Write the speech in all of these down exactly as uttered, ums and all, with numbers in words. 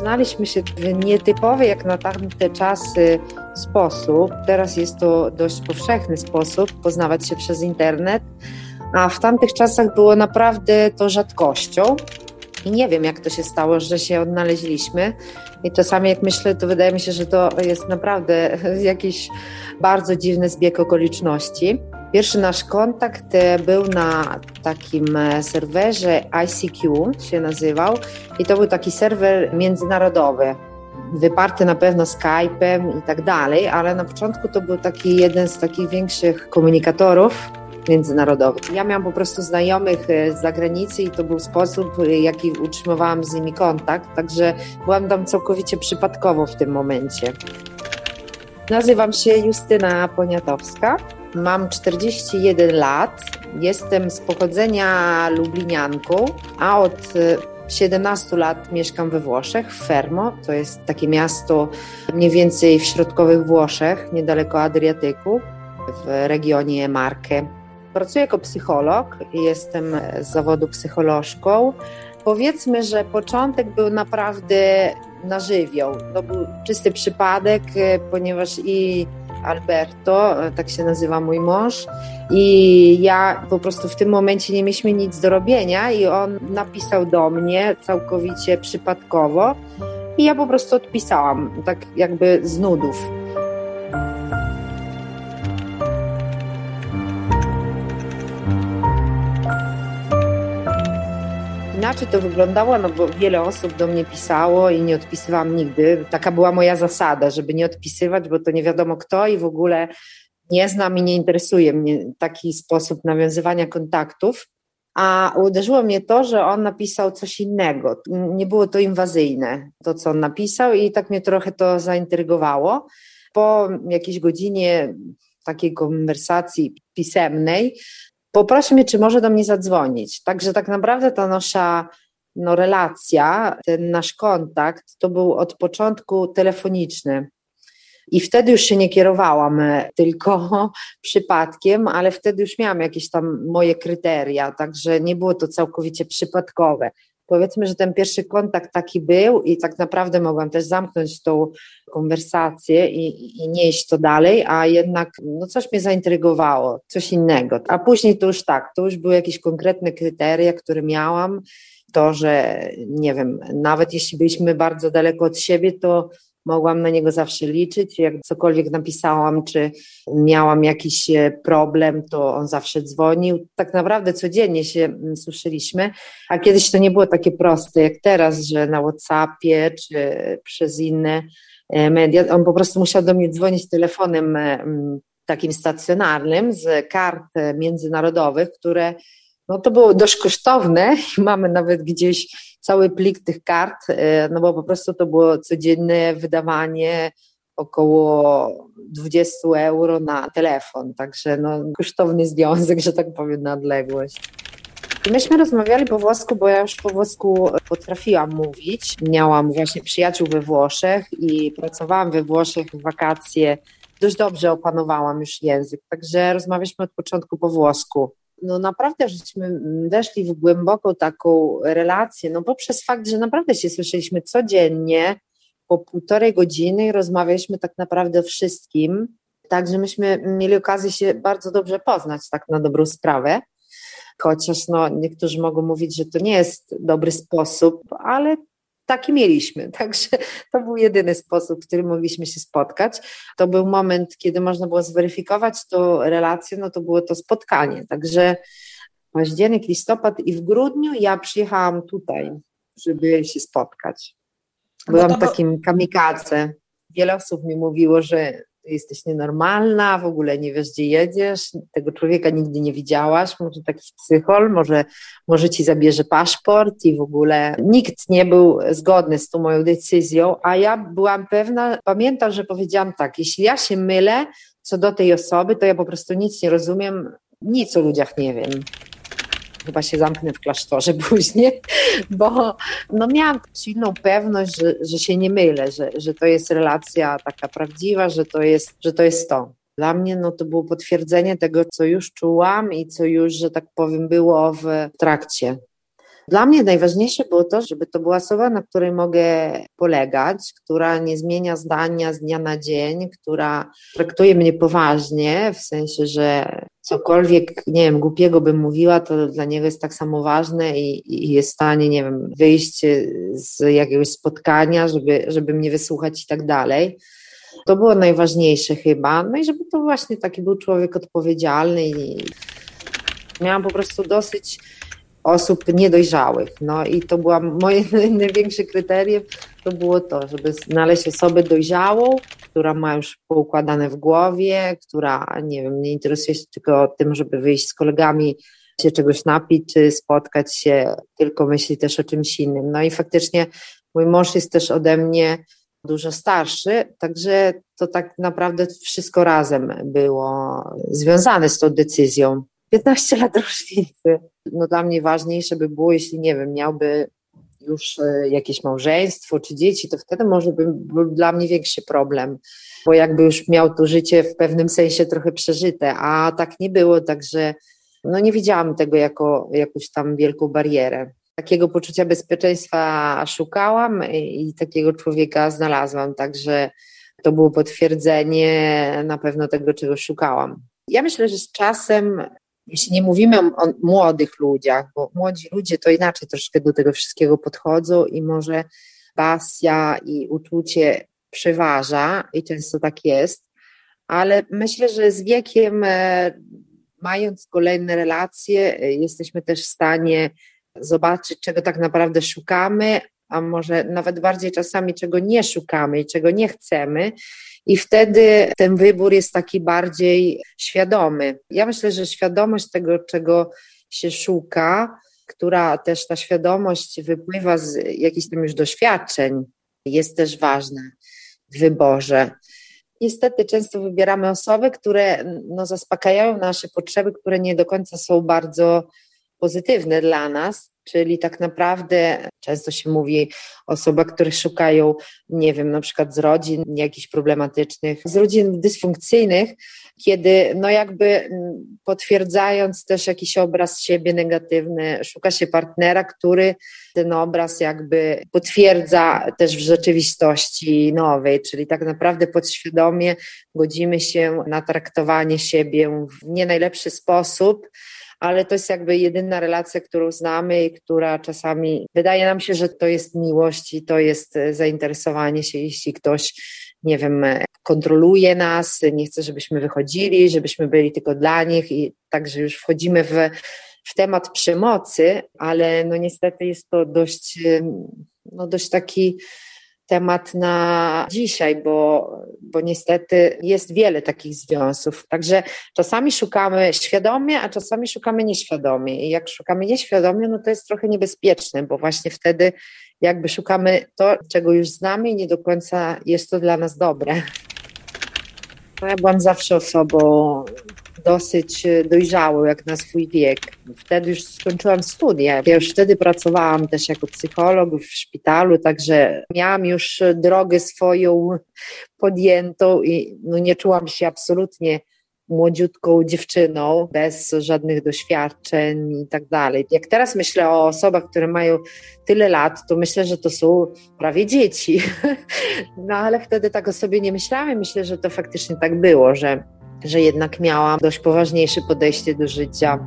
Poznaliśmy się w nietypowy jak na tamte czasy sposób. Teraz jest to dość powszechny sposób poznawać się przez internet, a w tamtych czasach było naprawdę to rzadkością. I nie wiem, jak to się stało, że się odnaleźliśmy. I czasami jak myślę, to wydaje mi się, że to jest naprawdę jakiś bardzo dziwny zbieg okoliczności. Pierwszy nasz kontakt był na takim serwerze I C Q, się nazywał, i to był taki serwer międzynarodowy, wyparty na pewno Skype'em i tak dalej, ale na początku to był taki jeden z takich większych komunikatorów międzynarodowych. Ja miałam po prostu znajomych z zagranicy i to był sposób, jaki utrzymywałam z nimi kontakt, także byłam tam całkowicie przypadkowo w tym momencie. Nazywam się Justyna Poniatowska, mam czterdzieści jeden lat, jestem z pochodzenia lublinianką, a od siedemnastu lat mieszkam we Włoszech, w Fermo, to jest takie miasto mniej więcej w środkowych Włoszech, niedaleko Adriatyku, w regionie Marche. Pracuję jako psycholog i jestem z zawodu psycholożką. Powiedzmy, że początek był naprawdę na żywioł. To był czysty przypadek, ponieważ i Alberto, tak się nazywa mój mąż, i ja po prostu w tym momencie nie mieliśmy nic do robienia i on napisał do mnie całkowicie przypadkowo i ja po prostu odpisałam, tak jakby z nudów. Inaczej to wyglądało, no bo wiele osób do mnie pisało i nie odpisywałam nigdy. Taka była moja zasada, żeby nie odpisywać, bo to nie wiadomo kto i w ogóle nie znam i nie interesuje mnie taki sposób nawiązywania kontaktów. A uderzyło mnie to, że on napisał coś innego. Nie było to inwazyjne, to co on napisał, i tak mnie trochę to zaintrygowało. Po jakiejś godzinie takiej konwersacji pisemnej poprosił mnie, czy może do mnie zadzwonić. Także tak naprawdę ta nasza no, relacja, ten nasz kontakt, to był od początku telefoniczny. I wtedy już się nie kierowałam tylko przypadkiem, ale wtedy już miałam jakieś tam moje kryteria, także nie było to całkowicie przypadkowe. Powiedzmy, że ten pierwszy kontakt taki był i tak naprawdę mogłam też zamknąć tą konwersację i, i nie iść to dalej, a jednak no coś mnie zaintrygowało, coś innego. A później to już tak, to już były jakieś konkretne kryteria, które miałam. To, że nie wiem, nawet jeśli byliśmy bardzo daleko od siebie, to mogłam na niego zawsze liczyć. Jak cokolwiek napisałam, czy miałam jakiś problem, to on zawsze dzwonił. Tak naprawdę codziennie się słyszeliśmy, a kiedyś to nie było takie proste jak teraz, że na WhatsAppie czy przez inne media. On po prostu musiał do mnie dzwonić telefonem takim stacjonarnym z kart międzynarodowych, które no to było dość kosztowne i mamy nawet gdzieś cały plik tych kart, no bo po prostu to było codzienne wydawanie około dwadzieścia euro na telefon, także no kosztowny związek, że tak powiem, na odległość. I myśmy rozmawiali po włosku, bo ja już po włosku potrafiłam mówić. Miałam właśnie przyjaciół we Włoszech i pracowałam we Włoszech w wakacje. Dość dobrze opanowałam już język, także rozmawialiśmy od początku po włosku. No naprawdę, żeśmy weszli w głęboką taką relację, no poprzez fakt, że naprawdę się słyszeliśmy codziennie, po półtorej godziny i rozmawialiśmy tak naprawdę o wszystkim, także myśmy mieli okazję się bardzo dobrze poznać, tak na dobrą sprawę, chociaż no niektórzy mogą mówić, że to nie jest dobry sposób, ale taki mieliśmy, także to był jedyny sposób, w którym mogliśmy się spotkać. To był moment, kiedy można było zweryfikować tą relację, no to było to spotkanie, także październik, listopad i w grudniu ja przyjechałam tutaj, żeby się spotkać. Byłam no to... takim kamikadze. Wiele osób mi mówiło, że jesteś nienormalna, w ogóle nie wiesz, gdzie jedziesz, tego człowieka nigdy nie widziałaś, może taki psychol, może, może ci zabierze paszport i w ogóle nikt nie był zgodny z tą moją decyzją, a ja byłam pewna, pamiętam, że powiedziałam tak, jeśli ja się mylę co do tej osoby, to ja po prostu nic nie rozumiem, nic o ludziach nie wiem. Chyba się zamknę w klasztorze później, bo no miałam silną pewność, że, że się nie mylę, że, że to jest relacja taka prawdziwa, że to jest, że to jest to. Dla mnie no, to było potwierdzenie tego, co już czułam i co już, że tak powiem, było w trakcie. Dla mnie najważniejsze było to, żeby to była osoba, na której mogę polegać, która nie zmienia zdania z dnia na dzień, która traktuje mnie poważnie, w sensie, że cokolwiek, nie wiem, głupiego bym mówiła, to dla niego jest tak samo ważne i, i jest w stanie, nie wiem, wyjść z jakiegoś spotkania, żeby, żeby mnie wysłuchać i tak dalej. To było najważniejsze chyba. No i żeby to właśnie taki był człowiek odpowiedzialny i miałam po prostu dosyć osób niedojrzałych. No i to była moje największe kryterium, to było to, żeby znaleźć osobę dojrzałą, która ma już poukładane w głowie, która, nie wiem, nie interesuje się tylko tym, żeby wyjść z kolegami, się czegoś napić, czy spotkać się, tylko myśli też o czymś innym. No i faktycznie mój mąż jest też ode mnie dużo starszy, także to tak naprawdę wszystko razem było związane z tą decyzją. piętnaście lat różnicy. No dla mnie ważniejsze by było, jeśli, nie wiem, miałby już jakieś małżeństwo czy dzieci, to wtedy może by był dla mnie większy problem, bo jakby już miał to życie w pewnym sensie trochę przeżyte, a tak nie było, także no nie widziałam tego jako jakąś tam wielką barierę. Takiego poczucia bezpieczeństwa szukałam i takiego człowieka znalazłam, także to było potwierdzenie na pewno tego, czego szukałam. Ja myślę, że z czasem, jeśli nie mówimy o, o młodych ludziach, bo młodzi ludzie to inaczej troszkę do tego wszystkiego podchodzą i może pasja i uczucie przeważa i często tak jest, ale myślę, że z wiekiem, mając kolejne relacje, jesteśmy też w stanie zobaczyć, czego tak naprawdę szukamy, a może nawet bardziej czasami czego nie szukamy i czego nie chcemy. I wtedy ten wybór jest taki bardziej świadomy. Ja myślę, że świadomość tego, czego się szuka, która też ta świadomość wypływa z jakichś tam już doświadczeń, jest też ważna w wyborze. Niestety często wybieramy osoby, które no, zaspokajają nasze potrzeby, które nie do końca są bardzo pozytywne dla nas, czyli tak naprawdę często się mówi o osobach, które szukają, nie wiem, na przykład z rodzin jakichś problematycznych, z rodzin dysfunkcyjnych, kiedy no jakby potwierdzając też jakiś obraz siebie negatywny, szuka się partnera, który ten obraz jakby potwierdza też w rzeczywistości nowej, czyli tak naprawdę podświadomie godzimy się na traktowanie siebie w nie najlepszy sposób, ale to jest jakby jedyna relacja, którą znamy i która czasami wydaje nam się, że to jest miłość i to jest zainteresowanie się, jeśli ktoś, nie wiem, kontroluje nas, nie chce, żebyśmy wychodzili, żebyśmy byli tylko dla nich i także już wchodzimy w, w temat przemocy, ale no niestety jest to dość, no dość taki temat na dzisiaj, bo, bo niestety jest wiele takich związków. Także czasami szukamy świadomie, a czasami szukamy nieświadomie. I jak szukamy nieświadomie, no to jest trochę niebezpieczne, bo właśnie wtedy jakby szukamy to, czego już znamy i nie do końca jest to dla nas dobre. Ja byłam zawsze osobą dosyć dojrzałą jak na swój wiek. Wtedy już skończyłam studia. Ja już wtedy pracowałam też jako psycholog w szpitalu, także miałam już drogę swoją podjętą i no nie czułam się absolutnie młodziutką dziewczyną, bez żadnych doświadczeń i tak dalej. Jak teraz myślę o osobach, które mają tyle lat, to myślę, że to są prawie dzieci. No ale wtedy tak o sobie nie myślałam. Myślę, że to faktycznie tak było, że, że jednak miałam dość poważniejsze podejście do życia.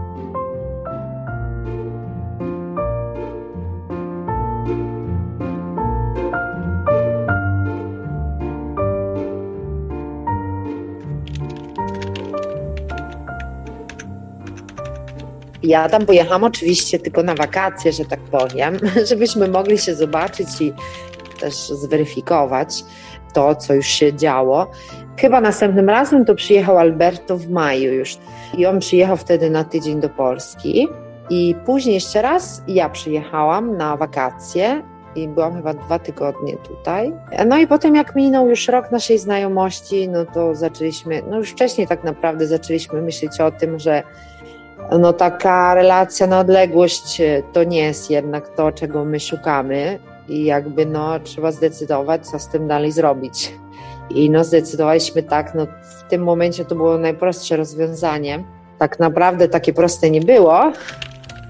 Ja tam pojechałam oczywiście tylko na wakacje, że tak powiem, żebyśmy mogli się zobaczyć i też zweryfikować to, co już się działo. Chyba następnym razem to przyjechał Alberto w maju już i on przyjechał wtedy na tydzień do Polski i później jeszcze raz ja przyjechałam na wakacje i byłam chyba dwa tygodnie tutaj. No i potem jak minął już rok naszej znajomości, no to zaczęliśmy, no już wcześniej tak naprawdę zaczęliśmy myśleć o tym, że no taka relacja na odległość to nie jest jednak to, czego my szukamy i jakby no trzeba zdecydować, co z tym dalej zrobić. I no zdecydowaliśmy tak, no w tym momencie to było najprostsze rozwiązanie. Tak naprawdę takie proste nie było,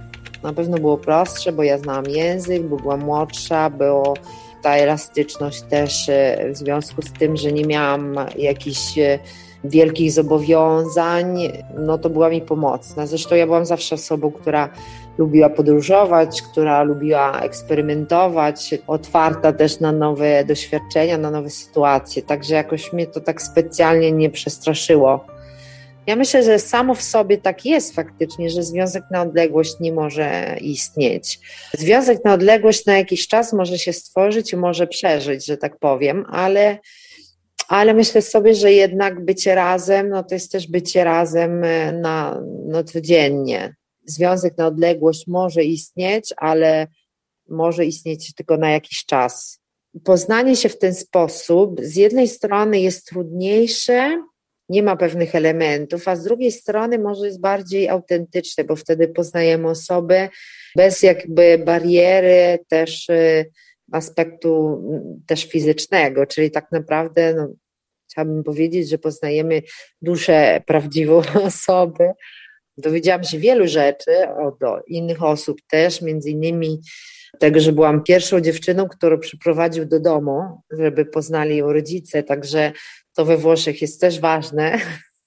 Na pewno było prostsze, bo ja znałam język, bo byłam młodsza, było ta elastyczność też w związku z tym, że nie miałam jakichś wielkich zobowiązań, no to była mi pomocna. Zresztą ja byłam zawsze osobą, która lubiła podróżować, która lubiła eksperymentować, otwarta też na nowe doświadczenia, na nowe sytuacje, także jakoś mnie to tak specjalnie nie przestraszyło. Ja myślę, że samo w sobie tak jest faktycznie, że związek na odległość nie może istnieć. Związek na odległość na jakiś czas może się stworzyć i może przeżyć, że tak powiem, ale, ale myślę sobie, że jednak bycie razem, no to jest też bycie razem na, no codziennie. Związek na odległość może istnieć, ale może istnieć tylko na jakiś czas. Poznanie się w ten sposób z jednej strony jest trudniejsze, nie ma pewnych elementów, a z drugiej strony może jest bardziej autentyczne, bo wtedy poznajemy osobę bez jakby bariery też aspektu też fizycznego, czyli tak naprawdę no, chciałabym powiedzieć, że poznajemy duszę prawdziwą osoby. Dowiedziałam się wielu rzeczy od innych osób też, między innymi tego, że byłam pierwszą dziewczyną, którą przyprowadził do domu, żeby poznali ją rodzice, także to we Włoszech jest też ważne,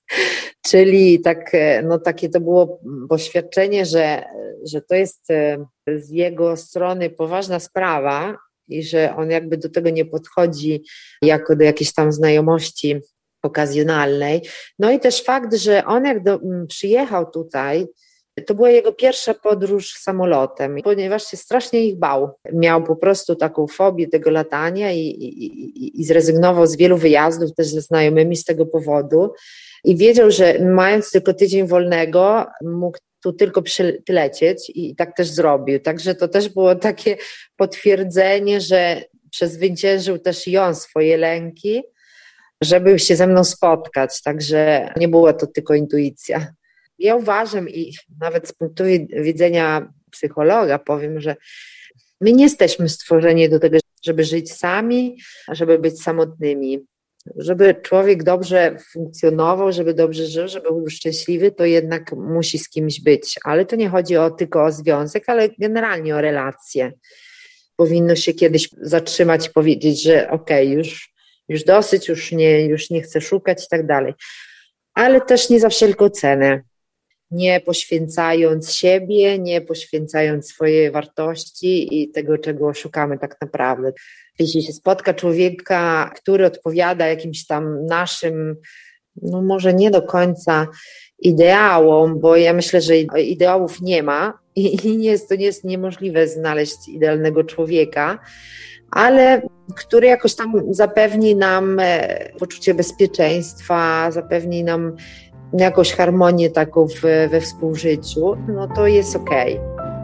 czyli tak, no takie to było poświadczenie, że, że to jest z jego strony poważna sprawa i że on jakby do tego nie podchodzi jako do jakiejś tam znajomości okazjonalnej. No i też fakt, że on jak do, przyjechał tutaj, to była jego pierwsza podróż samolotem, ponieważ się strasznie ich bał. Miał po prostu taką fobię tego latania i, i, i zrezygnował z wielu wyjazdów też ze znajomymi z tego powodu i wiedział, że mając tylko tydzień wolnego mógł tu tylko przylecieć i tak też zrobił. Także to też było takie potwierdzenie, że przezwyciężył też i on swoje lęki, żeby się ze mną spotkać. Także nie była to tylko intuicja. Ja uważam i nawet z punktu widzenia psychologa powiem, że my nie jesteśmy stworzeni do tego, żeby żyć sami, żeby być samotnymi. Żeby człowiek dobrze funkcjonował, żeby dobrze żył, żeby był szczęśliwy, to jednak musi z kimś być. Ale to nie chodzi o, tylko o związek, ale generalnie o relacje. Powinno się kiedyś zatrzymać i powiedzieć, że okej, okay, już, już dosyć, już nie, już nie chcę szukać i tak dalej. Ale też nie za wszelką cenę. Nie poświęcając siebie, nie poświęcając swojej wartości i tego, czego szukamy tak naprawdę. Jeśli się spotka człowieka, który odpowiada jakimś tam naszym, no może nie do końca ideałom, bo ja myślę, że ideałów nie ma i nie jest, to nie jest niemożliwe znaleźć idealnego człowieka, ale który jakoś tam zapewni nam poczucie bezpieczeństwa, zapewni nam jakąś harmonię taką w, we współżyciu, no to jest okej.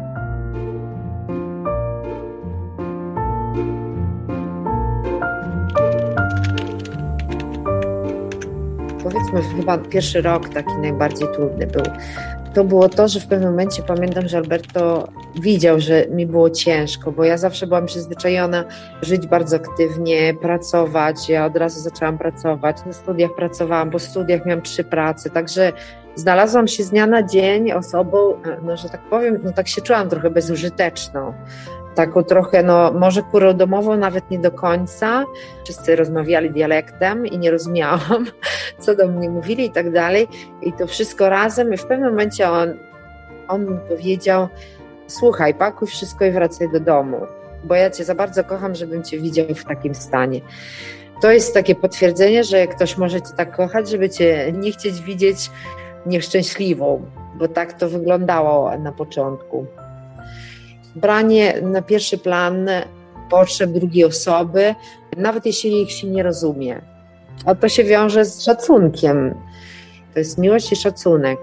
Powiedzmy, chyba pierwszy rok taki najbardziej trudny był. To było to, że w pewnym momencie pamiętam, że Alberto widział, że mi było ciężko, bo ja zawsze byłam przyzwyczajona żyć bardzo aktywnie, pracować. Ja od razu zaczęłam pracować. Na studiach pracowałam, po studiach miałam trzy prace, także znalazłam się z dnia na dzień osobą, no że tak powiem, no tak się czułam trochę bezużyteczną. Taką trochę, no może kurą domową, nawet nie do końca. Wszyscy rozmawiali dialektem i nie rozumiałam, co do mnie mówili i tak dalej. I to wszystko razem i w pewnym momencie on, on mi powiedział: słuchaj, pakuj wszystko i wracaj do domu, bo ja cię za bardzo kocham, żebym cię widział w takim stanie. To jest takie potwierdzenie, że ktoś może cię tak kochać, żeby cię nie chcieć widzieć nieszczęśliwą, bo tak to wyglądało na początku. Branie na pierwszy plan potrzeb drugiej osoby, nawet jeśli ich się nie rozumie. A to się wiąże z szacunkiem. To jest miłość i szacunek.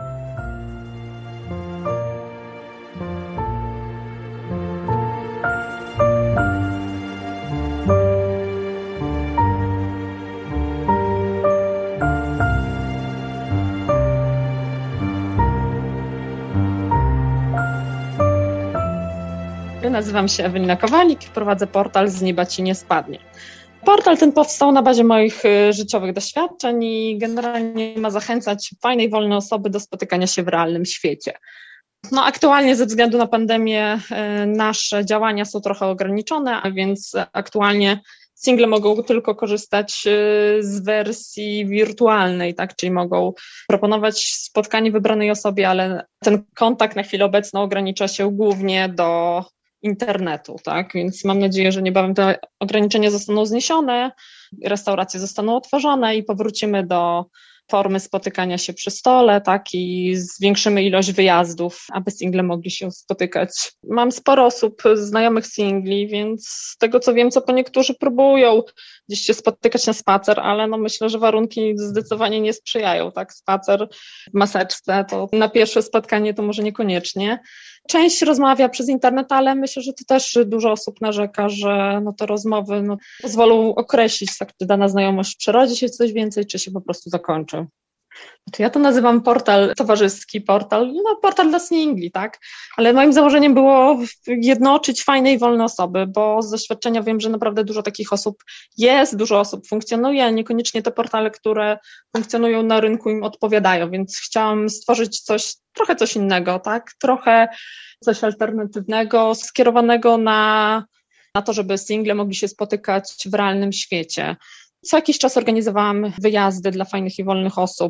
Nazywam się Ewelina Kowalik i prowadzę portal Z nieba ci nie spadnie. Portal ten powstał na bazie moich życiowych doświadczeń i generalnie ma zachęcać fajne i wolne osoby do spotykania się w realnym świecie. No aktualnie ze względu na pandemię nasze działania są trochę ograniczone, a więc aktualnie single mogą tylko korzystać z wersji wirtualnej, tak, czyli mogą proponować spotkanie wybranej osobie, ale ten kontakt na chwilę obecną ogranicza się głównie do internetu, tak, więc mam nadzieję, że niebawem te ograniczenia zostaną zniesione, restauracje zostaną otworzone i powrócimy do formy spotykania się przy stole, tak, i zwiększymy ilość wyjazdów, aby single mogli się spotykać. Mam sporo osób, znajomych singli, więc z tego co wiem, co po niektórzy próbują gdzieś się spotykać na spacer, ale no myślę, że warunki zdecydowanie nie sprzyjają, tak, spacer w maseczce to na pierwsze spotkanie to może niekoniecznie. Część rozmawia przez internet, ale myślę, że to też dużo osób narzeka, że no te rozmowy no, pozwolą określić, tak, czy dana znajomość przerodzi się w coś więcej, czy się po prostu zakończy. To ja to nazywam portal towarzyski, portal, no portal dla singli, tak, ale moim założeniem było jednoczyć fajne i wolne osoby, bo z doświadczenia wiem, że naprawdę dużo takich osób jest, dużo osób funkcjonuje, ale niekoniecznie te portale, które funkcjonują na rynku im odpowiadają, więc chciałam stworzyć coś, trochę coś innego, tak, trochę coś alternatywnego, skierowanego na, na to, żeby single mogli się spotykać w realnym świecie. Co jakiś czas organizowałam wyjazdy dla fajnych i wolnych osób,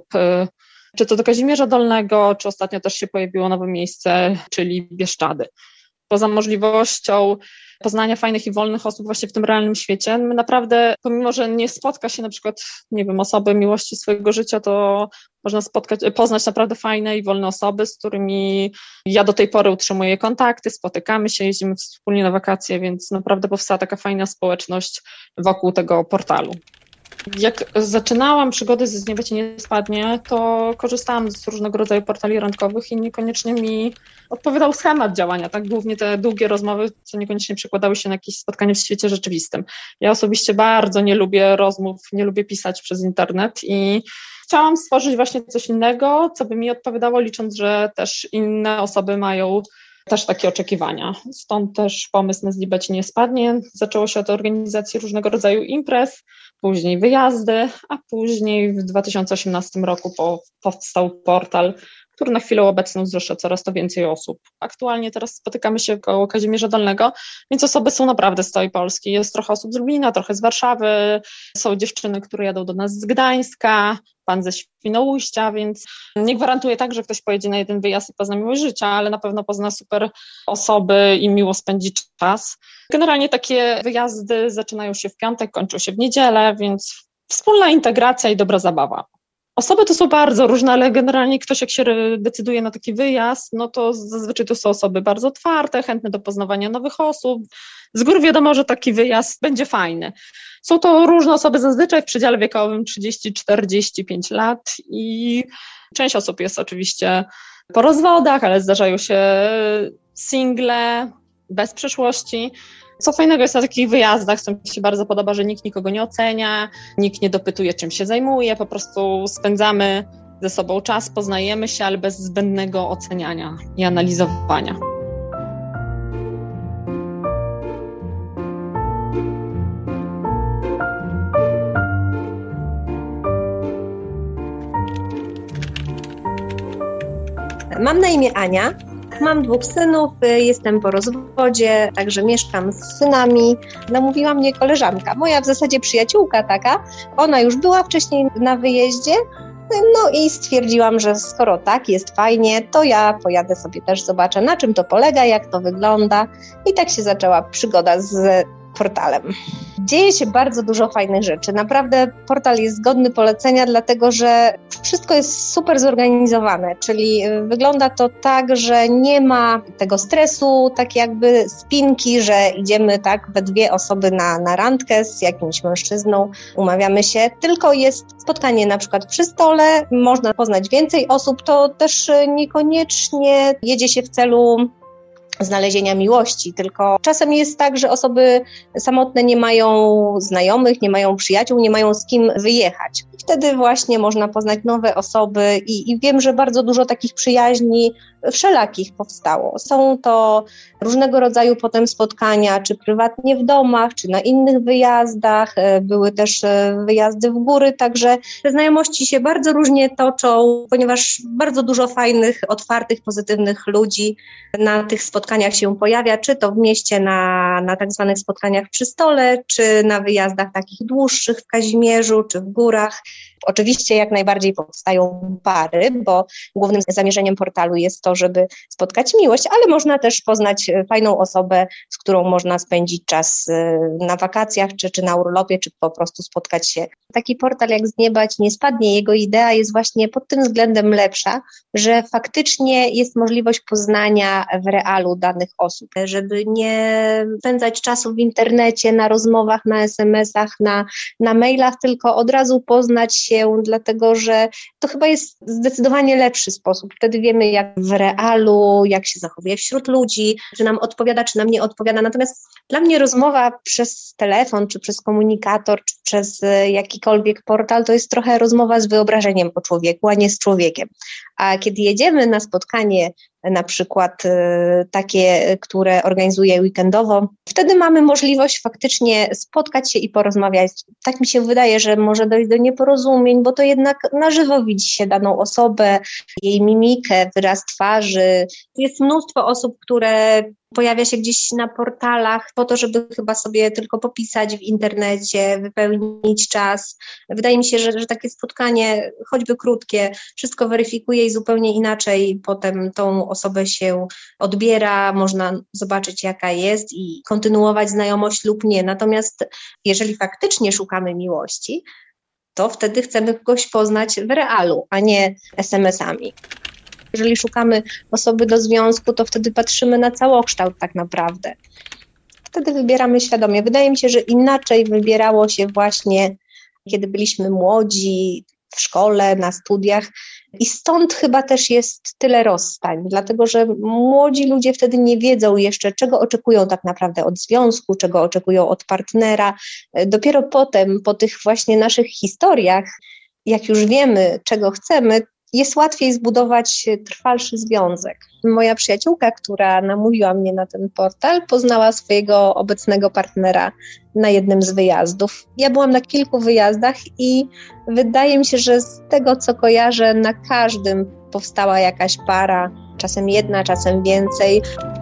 czy to do Kazimierza Dolnego, czy ostatnio też się pojawiło nowe miejsce, czyli Bieszczady. Poza możliwością poznania fajnych i wolnych osób właśnie w tym realnym świecie, my naprawdę, pomimo że nie spotka się na przykład, nie wiem, osoby miłości swojego życia, to można spotkać, poznać naprawdę fajne i wolne osoby, z którymi ja do tej pory utrzymuję kontakty, spotykamy się, jeździmy wspólnie na wakacje, więc naprawdę powstała taka fajna społeczność wokół tego portalu. Jak zaczynałam przygody z Nieba Ci nie spadnie, to korzystałam z różnego rodzaju portali randkowych i niekoniecznie mi odpowiadał schemat działania, tak, głównie te długie rozmowy, co niekoniecznie przekładały się na jakieś spotkanie w świecie rzeczywistym. Ja osobiście bardzo nie lubię rozmów, nie lubię pisać przez internet i chciałam stworzyć właśnie coś innego, co by mi odpowiadało, licząc, że też inne osoby mają też takie oczekiwania. Stąd też pomysł na Z Nieba Ci nie spadnie. Zaczęło się od organizacji różnego rodzaju imprez, później wyjazdy, a później w dwa tysiące osiemnastym roku po, powstał portal, który na chwilę obecną zrzesza coraz to więcej osób. Aktualnie teraz spotykamy się koło Kazimierza Dolnego, więc osoby są naprawdę z całej Polski. Jest trochę osób z Lublina, trochę z Warszawy, są dziewczyny, które jadą do nas z Gdańska, pan ze Świnoujścia, więc nie gwarantuję tak, że ktoś pojedzie na jeden wyjazd i pozna miłość życia, ale na pewno pozna super osoby i miło spędzi czas. Generalnie takie wyjazdy zaczynają się w piątek, kończą się w niedzielę, więc wspólna integracja i dobra zabawa. Osoby to są bardzo różne, ale generalnie ktoś jak się decyduje na taki wyjazd, no to zazwyczaj to są osoby bardzo otwarte, chętne do poznawania nowych osób. Z góry wiadomo, że taki wyjazd będzie fajny. Są to różne osoby zazwyczaj w przedziale wiekowym trzydzieści do czterdziestu pięciu lat i część osób jest oczywiście po rozwodach, ale zdarzają się single, bez przeszłości. Co fajnego jest na takich wyjazdach, co mi się bardzo podoba, że nikt nikogo nie ocenia, nikt nie dopytuje, czym się zajmuje, po prostu spędzamy ze sobą czas, poznajemy się, ale bez zbędnego oceniania i analizowania. Mam na imię Ania. Mam dwóch synów, jestem po rozwodzie, także mieszkam z synami. Namówiła mnie koleżanka, moja w zasadzie przyjaciółka taka. Ona już była wcześniej na wyjeździe, no i stwierdziłam, że skoro tak, jest fajnie, to ja pojadę sobie też, zobaczę, na czym to polega, jak to wygląda. I tak się zaczęła przygoda z portalem. Dzieje się bardzo dużo fajnych rzeczy. Naprawdę portal jest godny polecenia, dlatego że wszystko jest super zorganizowane, czyli wygląda to tak, że nie ma tego stresu, tak jakby spinki, że idziemy tak we dwie osoby na, na randkę z jakimś mężczyzną, umawiamy się, tylko jest spotkanie na przykład przy stole, można poznać więcej osób, to też niekoniecznie jedzie się w celu znalezienia miłości, tylko czasem jest tak, że osoby samotne nie mają znajomych, nie mają przyjaciół, nie mają z kim wyjechać. Wtedy właśnie można poznać nowe osoby i, i wiem, że bardzo dużo takich przyjaźni wszelakich powstało. Są to różnego rodzaju potem spotkania, czy prywatnie w domach, czy na innych wyjazdach. Były też wyjazdy w góry, także te znajomości się bardzo różnie toczą, ponieważ bardzo dużo fajnych, otwartych, pozytywnych ludzi na tych spotkaniach się pojawia, czy to w mieście na, na tak zwanych spotkaniach przy stole, czy na wyjazdach takich dłuższych w Kazimierzu, czy w górach. Oczywiście jak najbardziej powstają pary, bo głównym zamierzeniem portalu jest to, żeby spotkać miłość, ale można też poznać fajną osobę, z którą można spędzić czas na wakacjach, czy, czy na urlopie, czy po prostu spotkać się. Taki portal jak z nieba ci nie spadnie, jego idea jest właśnie pod tym względem lepsza, że faktycznie jest możliwość poznania w realu danych osób, żeby nie spędzać czasu w internecie, na rozmowach, na es em esach, na, na mailach, tylko od razu poznać się, dlatego że to chyba jest zdecydowanie lepszy sposób. Wtedy wiemy, jak w realu, jak się zachowuje wśród ludzi, czy nam odpowiada, czy nam nie odpowiada. Natomiast dla mnie rozmowa przez telefon, czy przez komunikator, czy przez jakikolwiek portal, to jest trochę rozmowa z wyobrażeniem o człowieku, a nie z człowiekiem. A kiedy jedziemy na spotkanie, na przykład takie, które organizuję weekendowo, wtedy mamy możliwość faktycznie spotkać się i porozmawiać. Tak mi się wydaje, że może dojść do nieporozumień, bo to jednak na żywo widzi się daną osobę, jej mimikę, wyraz twarzy. Jest mnóstwo osób, które pojawia się gdzieś na portalach po to, żeby chyba sobie tylko popisać w internecie, wypełnić czas. Wydaje mi się, że, że takie spotkanie, choćby krótkie, wszystko weryfikuje i zupełnie inaczej potem tą osobę się odbiera, można zobaczyć, jaka jest i kontynuować znajomość lub nie. Natomiast jeżeli faktycznie szukamy miłości, to wtedy chcemy kogoś poznać w realu, a nie es em esami. Jeżeli szukamy osoby do związku, to wtedy patrzymy na całokształt tak naprawdę. Wtedy wybieramy świadomie. Wydaje mi się, że inaczej wybierało się właśnie, kiedy byliśmy młodzi, w szkole, na studiach i stąd chyba też jest tyle rozstań, dlatego że młodzi ludzie wtedy nie wiedzą jeszcze, czego oczekują tak naprawdę od związku, czego oczekują od partnera. Dopiero potem, po tych właśnie naszych historiach, jak już wiemy, czego chcemy, jest łatwiej zbudować trwalszy związek. Moja przyjaciółka, która namówiła mnie na ten portal, poznała swojego obecnego partnera na jednym z wyjazdów. Ja byłam na kilku wyjazdach i wydaje mi się, że z tego, co kojarzę, na każdym powstała jakaś para, czasem jedna, czasem więcej.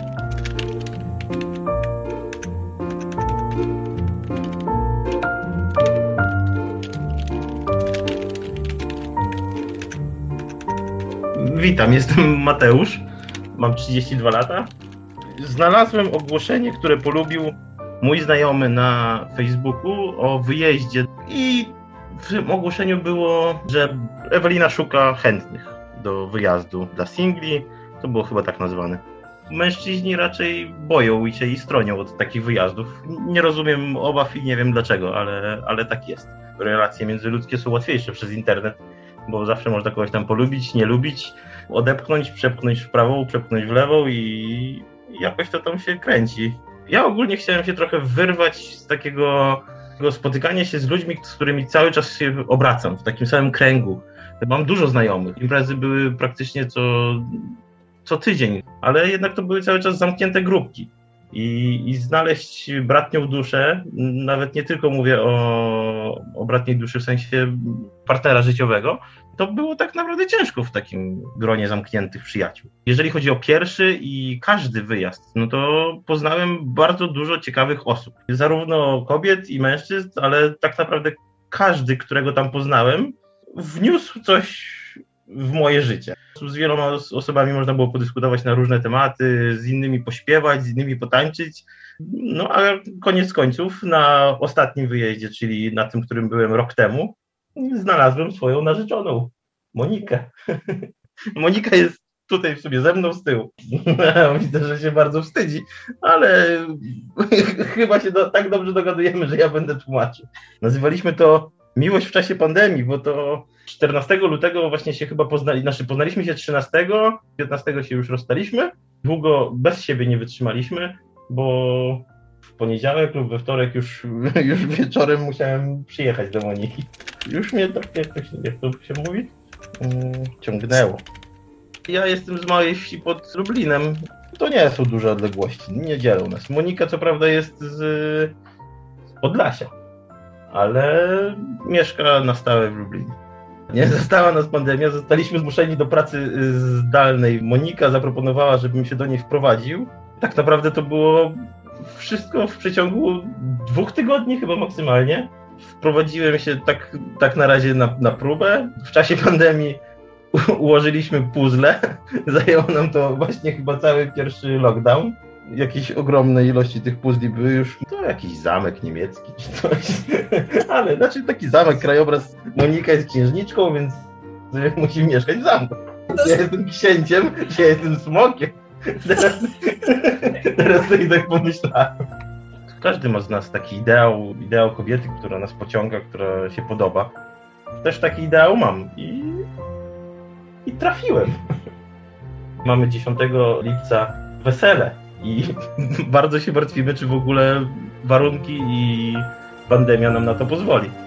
Witam, jestem Mateusz, mam trzydzieści dwa lata. Znalazłem ogłoszenie, które polubił mój znajomy na Facebooku o wyjeździe i w tym ogłoszeniu było, że Ewelina szuka chętnych do wyjazdu dla singli, to było chyba tak nazwane. Mężczyźni raczej boją się i stronią od takich wyjazdów. Nie rozumiem obaw i nie wiem dlaczego, ale, ale tak jest. Relacje międzyludzkie są łatwiejsze przez internet, bo zawsze można kogoś tam polubić, nie lubić, odepchnąć, przepchnąć w prawą, przepchnąć w lewą i jakoś to tam się kręci. Ja ogólnie chciałem się trochę wyrwać z takiego, takiego spotykania się z ludźmi, z którymi cały czas się obracam, w takim samym kręgu. Mam dużo znajomych, imprezy były praktycznie co, co tydzień, ale jednak to były cały czas zamknięte grupki. I, i znaleźć bratnią duszę, nawet nie tylko mówię o, o bratniej duszy w sensie partnera życiowego, to było tak naprawdę ciężko w takim gronie zamkniętych przyjaciół. Jeżeli chodzi o pierwszy i każdy wyjazd, no to poznałem bardzo dużo ciekawych osób. Zarówno kobiet i mężczyzn, ale tak naprawdę każdy, którego tam poznałem, wniósł coś w moje życie. Z wieloma osobami można było podyskutować na różne tematy, z innymi pośpiewać, z innymi potańczyć. No a koniec końców na ostatnim wyjeździe, czyli na tym, którym byłem rok temu, znalazłem swoją narzeczoną, Monikę. Monika jest tutaj w sobie ze mną z tyłu. Widzę, że się bardzo wstydzi, ale chyba się do, tak dobrze dogadujemy, że ja będę tłumaczył. Nazywaliśmy to miłość w czasie pandemii, bo to czternastego lutego właśnie się chyba poznali, znaczy poznaliśmy się trzynastego, piętnastego się już rozstaliśmy. Długo bez siebie nie wytrzymaliśmy, bo w poniedziałek lub we wtorek już, już wieczorem musiałem przyjechać do Moniki. Już mnie tak jakoś, jak to się mówi, ciągnęło. Ja jestem z małej wsi pod Lublinem. To nie są duże odległości, nie dzielą nas. Monika co prawda jest z, z Podlasia, ale mieszka na stałe w Lublinie. Nie zastała nas pandemia, zostaliśmy zmuszeni do pracy zdalnej. Monika zaproponowała, żebym się do niej wprowadził. Tak naprawdę to było wszystko w przeciągu dwóch tygodni chyba maksymalnie. Wprowadziłem się tak, tak na razie na, na próbę. W czasie pandemii u, ułożyliśmy puzzle. Zajęło nam to właśnie chyba cały pierwszy lockdown. Jakieś ogromne ilości tych puzli były już, to jakiś zamek niemiecki czy coś, ale znaczy taki zamek, krajobraz. Monika jest księżniczką, więc musi mieszkać w zamku. Ja jestem księciem, ja jestem smokiem. Teraz, teraz sobie tak pomyślałem. Każdy ma z nas taki ideał, ideał kobiety, która nas pociąga, która się podoba. Też taki ideał mam i, i trafiłem. Mamy dziesiątego lipca wesele. I bardzo się martwimy, czy w ogóle warunki i pandemia nam na to pozwoli.